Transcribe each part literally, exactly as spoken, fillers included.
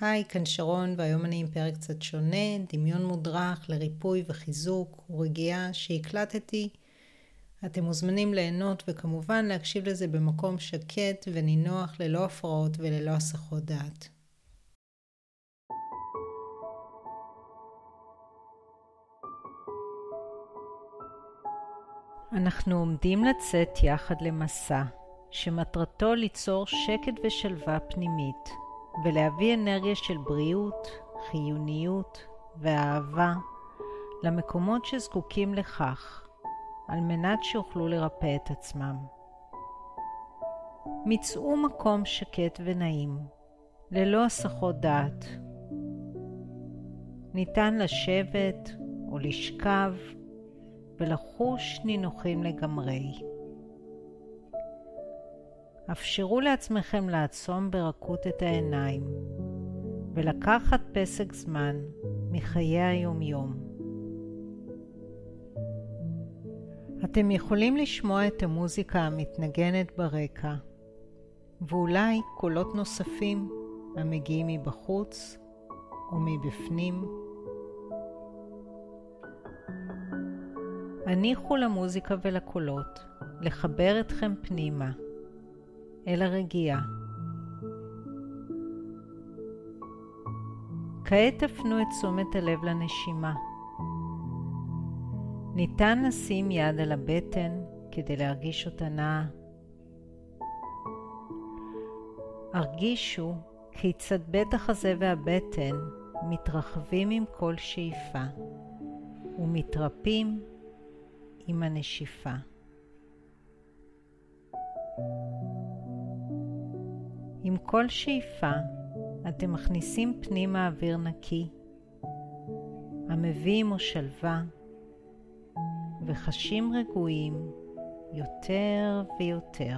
היי, כאן שרון, והיום אני עם פרק קצת שונה, דמיון מודרך לריפוי וחיזוק ורגיעה שהקלטתי. אתם מוזמנים ליהנות וכמובן להקשיב לזה במקום שקט ונינוח ללא הפרעות וללא הסחות דעת. אנחנו עומדים לצאת יחד למסע, שמטרתו ליצור שקט ושלווה פנימית, ולהביא אנרגיה של בריאות, חיוניות ואהבה למקומות שזקוקים לכך, על מנת שיוכלו לרפא את עצמם. מצאו מקום שקט ונעים, ללא הסחות דעת. ניתן לשבת או לשכב ולחוש נינוחים לגמרי. אפשרו לעצמכם לעצום ברכות את העיניים ולקחת פסק זמן מחיי היום-יום. אתם יכולים לשמוע את המוזיקה המתנגנת ברקע, ואולי קולות נוספים המגיעים מבחוץ או מבפנים. הניחו למוזיקה ולקולות לחבר אתכם פנימה אל הרגיעה. כעת תפנו את תשומת הלב לנשימה. ניתן לשים יד על הבטן כדי להרגיש אותה נעה. הרגישו כיצד בית החזה והבטן מתרחבים עם כל שאיפה ומתרפים עם הנשיפה. עם כל שאיפה אתם מכניסים פנימה אוויר נקי, המביא עמו שלווה, וחשים רגועים יותר ויותר.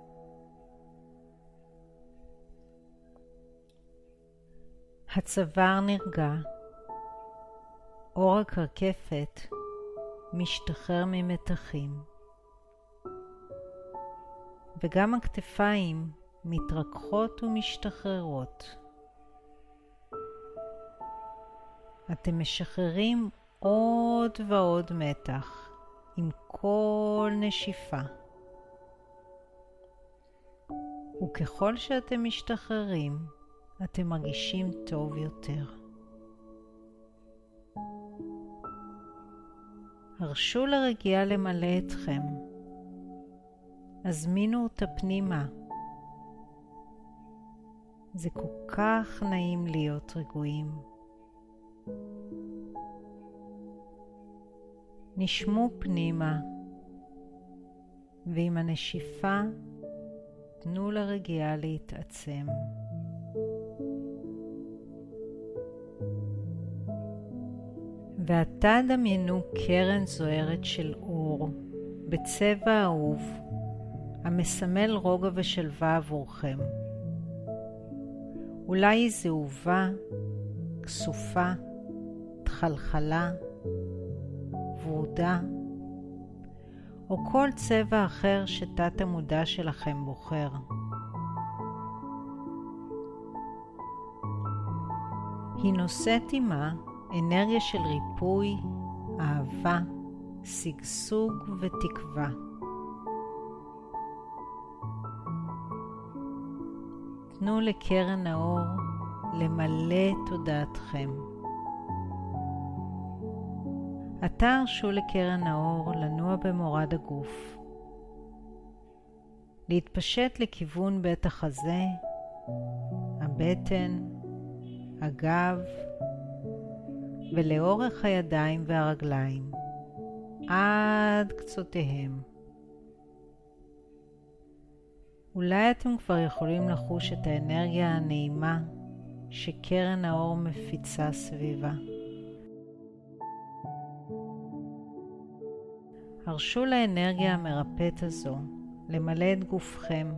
הצוואר נרגע, עור הקרקפת משתחרר ממתחים, וגם הכתפיים מתרככות ומשתחררות. אתם משחררים עוד ועוד מתח עם כל נשיפה. וככל שאתם משתחררים, אתם מרגישים טוב יותר. הרשו לרגיעה למלא אתכם. הזמינו אותה פנימה. זה כל כך נעים להיות רגועים. נשמו פנימה, ועם הנשיפה תנו לרגיעה להתעצם. ועתה דמיינו קרן זוהרת של אור בצבע אהוב, המסמל רוגע ושלווה עבורכם. אולי היא זהובה, כסופה, תחלחלה, ורודה, או כל צבע אחר שתת המודע שלכם בוחר. היא נושאת עימה אנרגיה של ריפוי, אהבה, שגשוג ותקווה. תנו לקרן האור למלא תודעתכם. עתה הרשו לקרן האור לנוע במורד הגוף, להתפשט לכיוון בית החזה, הבטן, הגב, ולאורך הידיים והרגליים, עד קצותיהם. אולי אתם כבר יכולים לחוש את האנרגיה הנעימה שקרן האור מפיצה סביבה. הרשו לאנרגיה המרפאת הזו למלא את גופכם,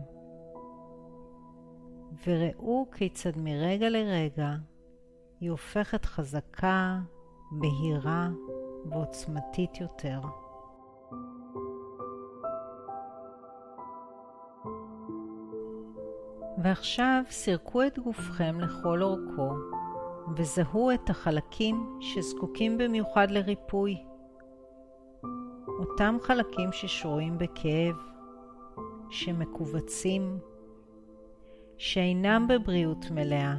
וראו כיצד מרגע לרגע היא הופכת חזקה, בהירה ועוצמתית יותר. ועכשיו סירקו את גופכם לכל אורכו, וזהו את החלקים שזקוקים במיוחד לריפוי. אותם חלקים ששרויים בכאב, שמקובצים, שאינם בבריאות מלאה.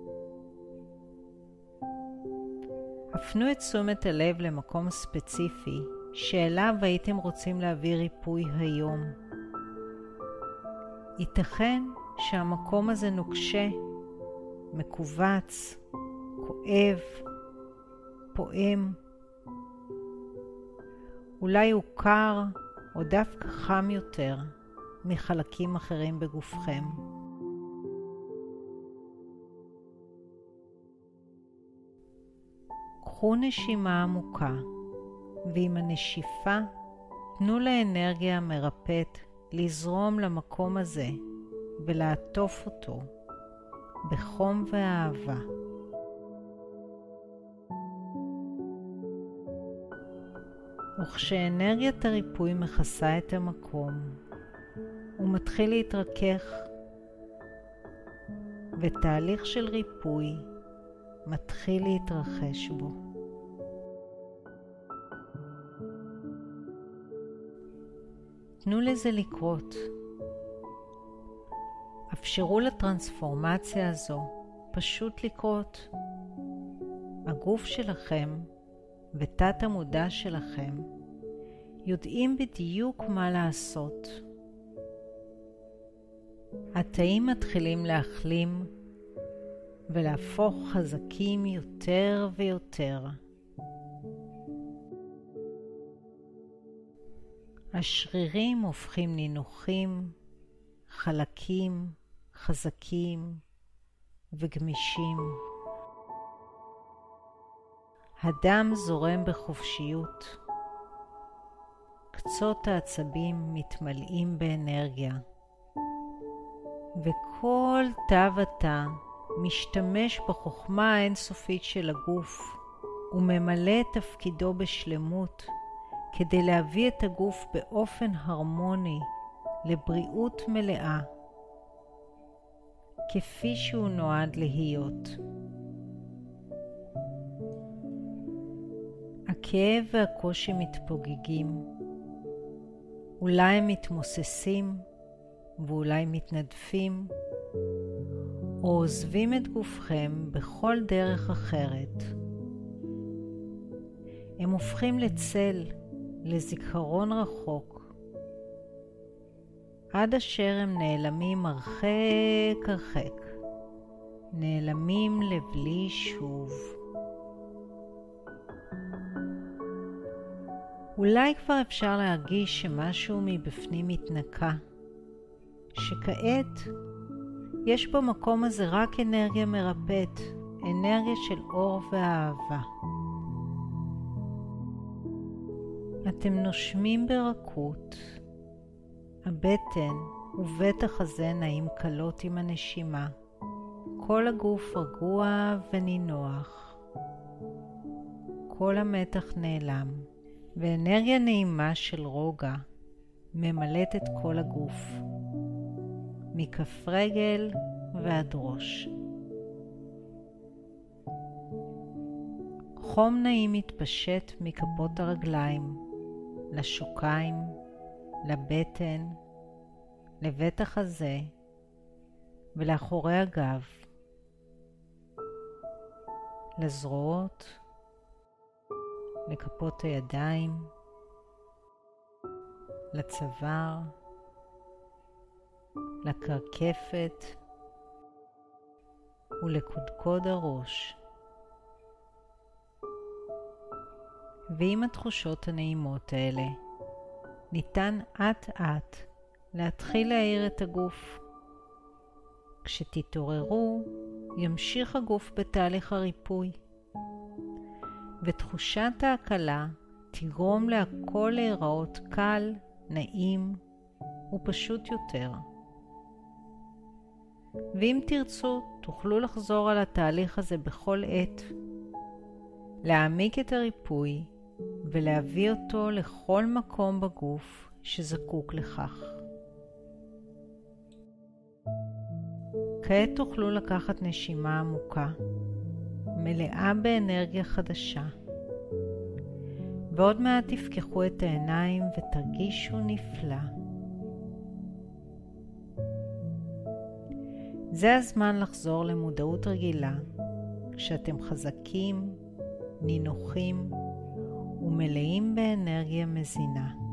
הפנו את תשומת הלב למקום ספציפי שאליו הייתם רוצים להביא ריפוי היום. ייתכן שהמקום הזה נוקשה, מקובץ, כואב, פועם. אולי הוא קר או דווקא חם יותר מחלקים אחרים בגופכם. קחו נשימה עמוקה, ועם הנשיפה תנו לאנרגיה המרפאת לזרום למקום הזה ולעטוף אותו בחום ואהבה. וכשאנרגיית הריפוי מכסה את המקום, הוא מתחיל להתרכך, ותהליך של ריפוי מתחיל להתרחש בו. תנו לזה לקרות. אפשרו לטרנספורמציה הזו פשוט לקרות. הגוף שלכם ותת המודע שלכם יודעים בדיוק מה לעשות. התאים מתחילים להחלים ולהפוך חזקים יותר ויותר. השרירים הופכים נינוחים, חלקים, חזקים וגמישים. הדם זורם בחופשיות. קצות העצבים מתמלאים באנרגיה. וכל תא ותא משתמש בחוכמה האינסופית של הגוף וממלא את תפקידו בשלמות כדי להביא את הגוף באופן הרמוני לבריאות מלאה, כפי שהוא נועד להיות. הכאב והקושי מתפוגגים, אולי הם מתמוססים ואולי מתנדפים, או עוזבים את גופכם בכל דרך אחרת. הם הופכים לצל, לזיכרון רחוק, עד אשר הם נעלמים הרחק הרחק, נעלמים לבלי שוב. אולי כבר אפשר להרגיש שמשהו מבפנים מתנקה, שכעת יש במקום הזה רק אנרגיה מרפאת, אנרגיה של אור ואהבה. אתם נושמים ברכות, הבטן ובית החזה נעים קלות עם הנשימה, כל הגוף רגוע ונינוח, כל המתח נעלם, ואנרגיה נעימה של רוגע ממלאת את כל הגוף, מכף רגל ועד ראש. חום נעים מתפשט מכפות הרגליים, לשוקיים, לבטן, לבית החזה ולאחורי הגב, לזרועות, לכפות הידיים, לצוואר, לקרקפת ולקודקוד הראש. ועם התחושות הנעימות האלה, ניתן אט אט להתחיל להאיר את הגוף. כשתתעוררו, ימשיך הגוף בתהליך הריפוי, ותחושת ההקלה תגרום להכל להיראות קל, נעים ופשוט יותר. ואם תרצו, תוכלו לחזור על התהליך הזה בכל עת, להעמיק את הריפוי ולהביא אותו לכל מקום בגוף שזקוק לכך. כעת תוכלו לקחת נשימה עמוקה, מלאה באנרגיה חדשה. ועוד מעט תפקחו את העיניים ותרגישו נפלא. זה הזמן לחזור למודעות רגילה, כשאתם חזקים, נינוחים ומלאים באנרגיה מזינה.